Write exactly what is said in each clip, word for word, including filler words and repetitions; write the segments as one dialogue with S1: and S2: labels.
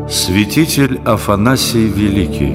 S1: Святитель Афанасий Великий.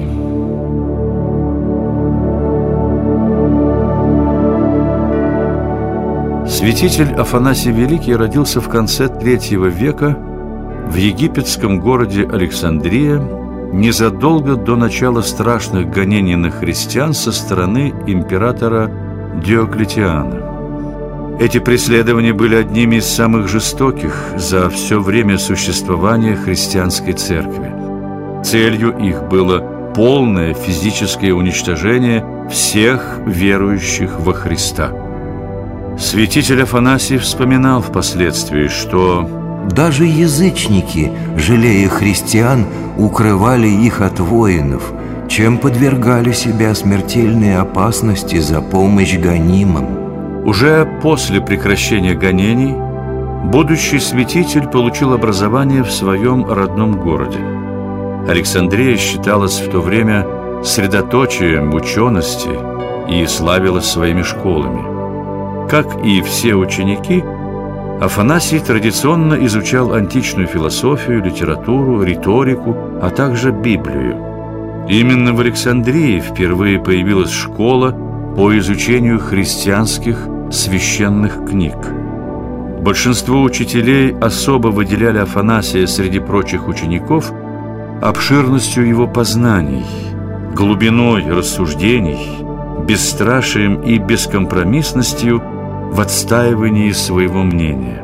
S1: Святитель Афанасий Великий родился в конце третьего века в египетском городе Александрия незадолго до начала страшных гонений на христиан со стороны императора Диоклетиана. Эти преследования были одними из самых жестоких за все время существования христианской церкви. Целью их было полное физическое уничтожение всех верующих во Христа. Святитель Афанасий вспоминал впоследствии, что
S2: даже язычники, жалея христиан, укрывали их от воинов, чем подвергали себя смертельной опасности за помощь гонимым.
S1: Уже после прекращения гонений будущий святитель получил образование в своем родном городе. Александрия считалась в то время средоточием учености и славилась своими школами. Как и все ученики, Афанасий традиционно изучал античную философию, литературу, риторику, а также Библию. Именно в Александрии впервые появилась школа по изучению христианских священных книг. Большинство учителей особо выделяли Афанасия среди прочих учеников обширностью его познаний, глубиной рассуждений, бесстрашием и бескомпромиссностью в отстаивании своего мнения.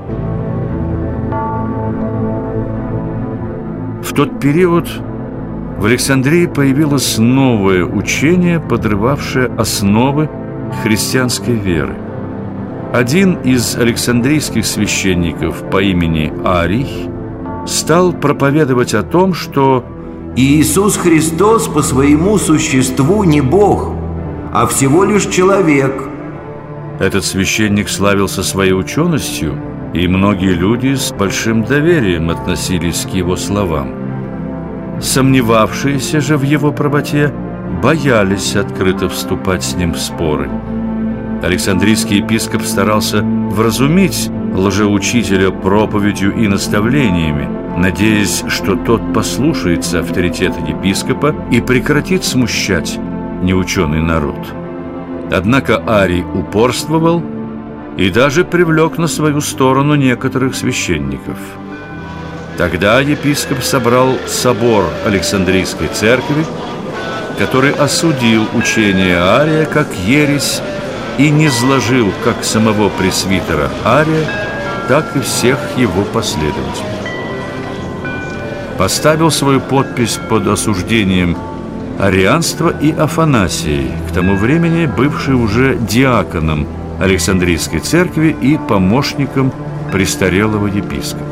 S1: В тот период в Александрии появилось новое учение, подрывавшее основы христианской веры. Один из александрийских священников по имени Арий стал проповедовать о том, что
S2: Иисус Христос по своему существу не Бог, а всего лишь человек.
S1: Этот священник славился своей ученостью, и многие люди с большим доверием относились к его словам. Сомневавшиеся же в его правоте боялись открыто вступать с ним в споры. Александрийский епископ старался вразумить лжеучителя проповедью и наставлениями, надеясь, что тот послушается авторитета епископа и прекратит смущать неученый народ. Однако Арий упорствовал и даже привлек на свою сторону некоторых священников. Тогда епископ собрал собор Александрийской церкви, который осудил учение Ария как ересь и низложил как самого пресвитера Ария, так и всех его последователей. Поставил свою подпись под осуждением арианства и Афанасий, к тому времени бывший уже диаконом Александрийской церкви и помощником престарелого епископа.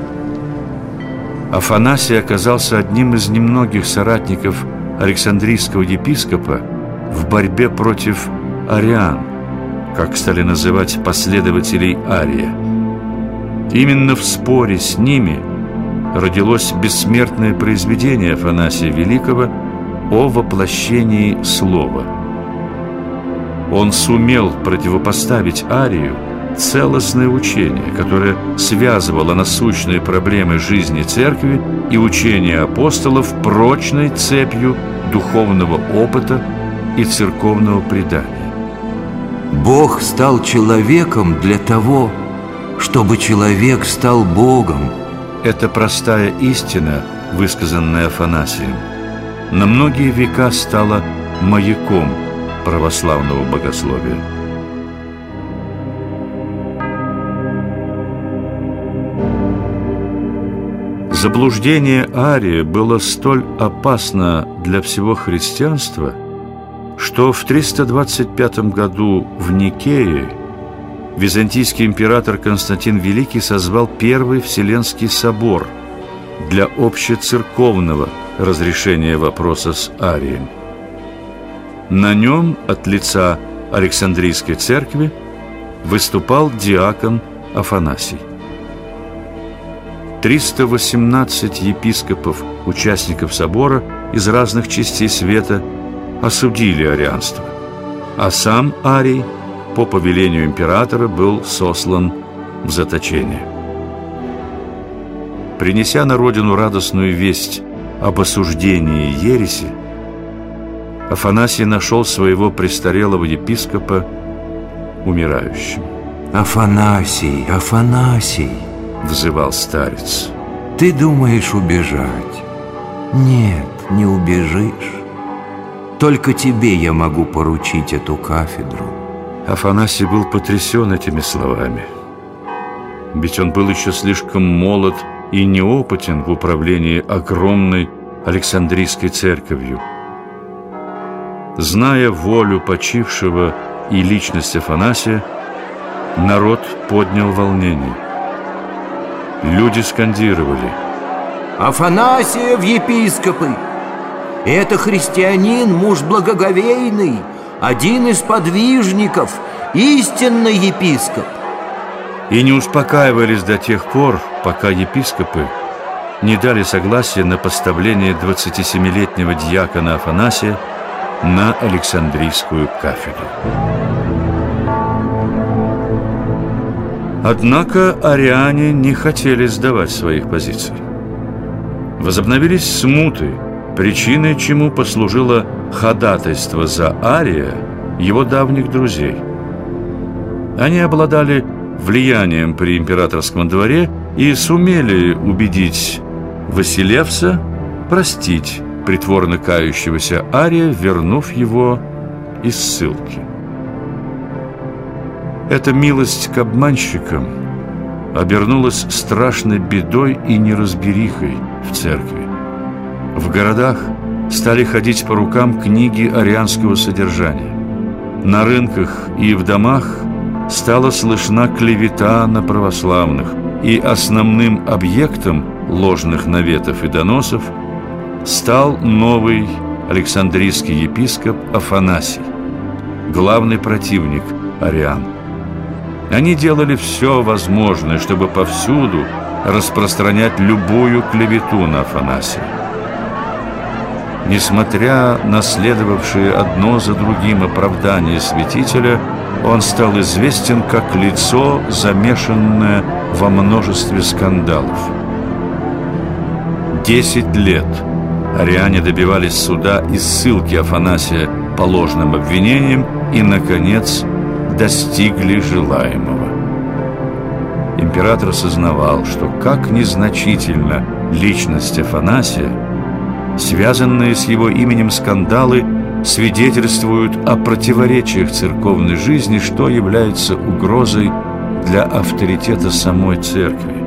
S1: Афанасий оказался одним из немногих соратников Александрийского епископа в борьбе против ариан, как стали называть последователей Ария. Именно в споре с ними родилось бессмертное произведение Афанасия Великого о воплощении Слова. Он сумел противопоставить Арию целостное учение, которое связывало насущные проблемы жизни церкви и учения апостолов прочной цепью духовного опыта и церковного предания.
S2: Бог стал человеком для того, чтобы человек стал Богом.
S1: Эта простая истина, высказанная Афанасием, на многие века стала маяком православного богословия. Заблуждение Ария было столь опасно для всего христианства, что в триста двадцать пятом году в Никее византийский император Константин Великий созвал Первый Вселенский собор для общецерковного разрешения вопроса с Арием. На нем от лица Александрийской церкви выступал диакон Афанасий. триста восемнадцать епископов, участников собора из разных частей света, осудили арианство, а сам Арий по повелению императора был сослан в заточение. Принеся на родину радостную весть об осуждении ереси, Афанасий нашел своего престарелого епископа умирающим.
S2: «Афанасий, Афанасий!»
S1: — взывал старец.
S2: «Ты думаешь убежать? Нет, не убежишь. Только тебе я могу поручить эту кафедру».
S1: Афанасий был потрясен этими словами. Ведь он был еще слишком молод и неопытен в управлении огромной Александрийской церковью. Зная волю почившего и личность Афанасия, народ поднял волнение. Люди скандировали:
S2: «Афанасия в епископы! Это христианин, муж благоговейный, один из подвижников, истинный епископ!»
S1: И не успокаивались до тех пор, пока епископы не дали согласия на поставление двадцатисемилетнего диакона Афанасия на Александрийскую кафедру. Однако ариане не хотели сдавать своих позиций. Возобновились смуты, причиной чему послужило ходатайство за Ария его давних друзей. Они обладали влиянием при императорском дворе и сумели убедить Василевса простить притворно кающегося Ария, вернув его из ссылки. Эта милость к обманщикам обернулась страшной бедой и неразберихой в церкви. В городах стали ходить по рукам книги арианского содержания. На рынках и в домах стала слышна клевета на православных, и основным объектом ложных наветов и доносов стал новый Александрийский епископ Афанасий, главный противник ариан. Они делали все возможное, чтобы повсюду распространять любую клевету на Афанасия. Несмотря на следовавшие одно за другим оправдания святителя, он стал известен как лицо, замешанное во множестве скандалов. Десять лет ариане добивались суда и ссылки Афанасия по ложным обвинениям и, наконец, достигли желаемого. Император сознавал, что как незначительна личность Афанасия, связанные с его именем скандалы свидетельствуют о противоречиях церковной жизни, что является угрозой для авторитета самой церкви.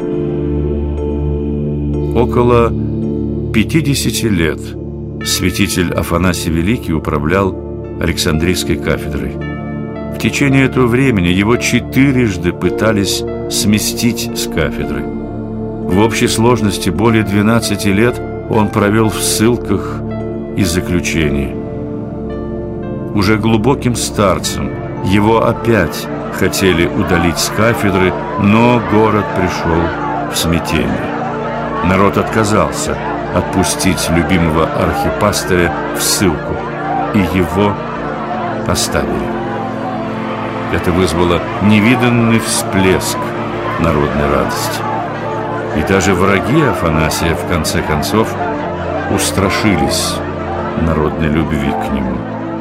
S1: Около пятидесяти лет святитель Афанасий Великий управлял Александрийской кафедрой. В течение этого времени его четырежды пытались сместить с кафедры. В общей сложности более двенадцати лет он провел в ссылках и заключении. Уже глубоким старцем его опять хотели удалить с кафедры, но город пришел в смятение. Народ отказался отпустить любимого архипастыря в ссылку, и его оставили. Это вызвало невиданный всплеск народной радости. И даже враги Афанасия, в конце концов, устрашились народной любви к нему.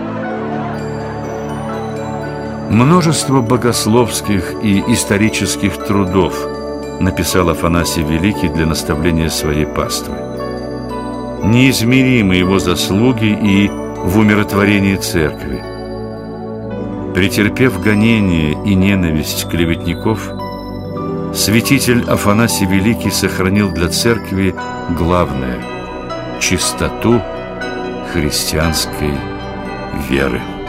S1: Множество богословских и исторических трудов написал Афанасий Великий для наставления своей паствы. Неизмеримы его заслуги и в умиротворении церкви. Претерпев гонение и ненависть клеветников, святитель Афанасий Великий сохранил для церкви главное – чистоту христианской веры.